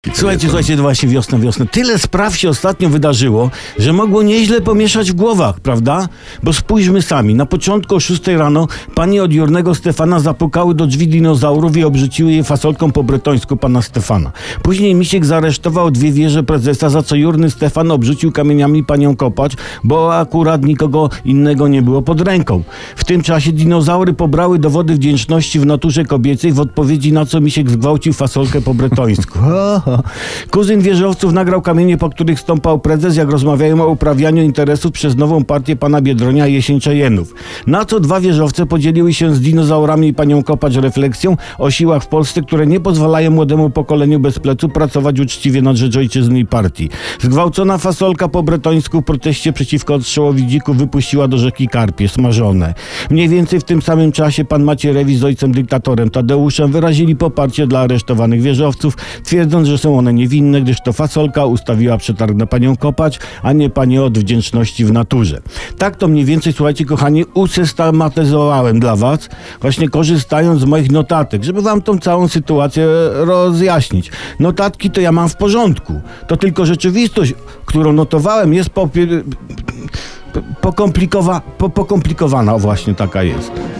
Słuchajcie, to właśnie wiosna. Tyle spraw się ostatnio wydarzyło, że mogło nieźle pomieszać w głowach, prawda? Bo spójrzmy sami. Na początku o 6 rano panie od Jurnego Stefana zapukały do drzwi dinozaurów i obrzuciły je fasolką po bretońsku pana Stefana. Później Misiek zaresztował 2 wieże prezesa, za co Jurny Stefan obrzucił kamieniami panią Kopacz, bo akurat nikogo innego nie było pod ręką. W tym czasie dinozaury pobrały dowody wdzięczności w naturze kobiecej, w odpowiedzi na co Misiek zgwałcił fasolkę po bretońsku. Kuzyn wieżowców nagrał kamienie, po których stąpał prezes, jak rozmawiają o uprawianiu interesów przez nową partię pana Biedronia i Jesień Czejenów. Na co 2 wieżowce podzieliły się z dinozaurami i panią Kopacz refleksją o siłach w Polsce, które nie pozwalają młodemu pokoleniu bez plecu pracować uczciwie na rzecz ojczyzny i partii. Zgwałcona fasolka po bretońsku w proteście przeciwko odstrzałowi dzików wypuściła do rzeki karpie smażone. Mniej więcej w tym samym czasie pan Macierewicz z ojcem dyktatorem Tadeuszem wyrazili poparcie dla aresztowanych wieżowców, twierdząc, że są one niewinne, gdyż to fasolka ustawiła przetarg na panią Kopacz, a nie panie od wdzięczności w naturze. Tak to mniej więcej, słuchajcie kochani, usystematyzowałem dla was, właśnie korzystając z moich notatek, żeby wam tą całą sytuację rozjaśnić. Notatki to ja mam w porządku, to tylko rzeczywistość, którą notowałem, jest pokomplikowana, o właśnie taka jest.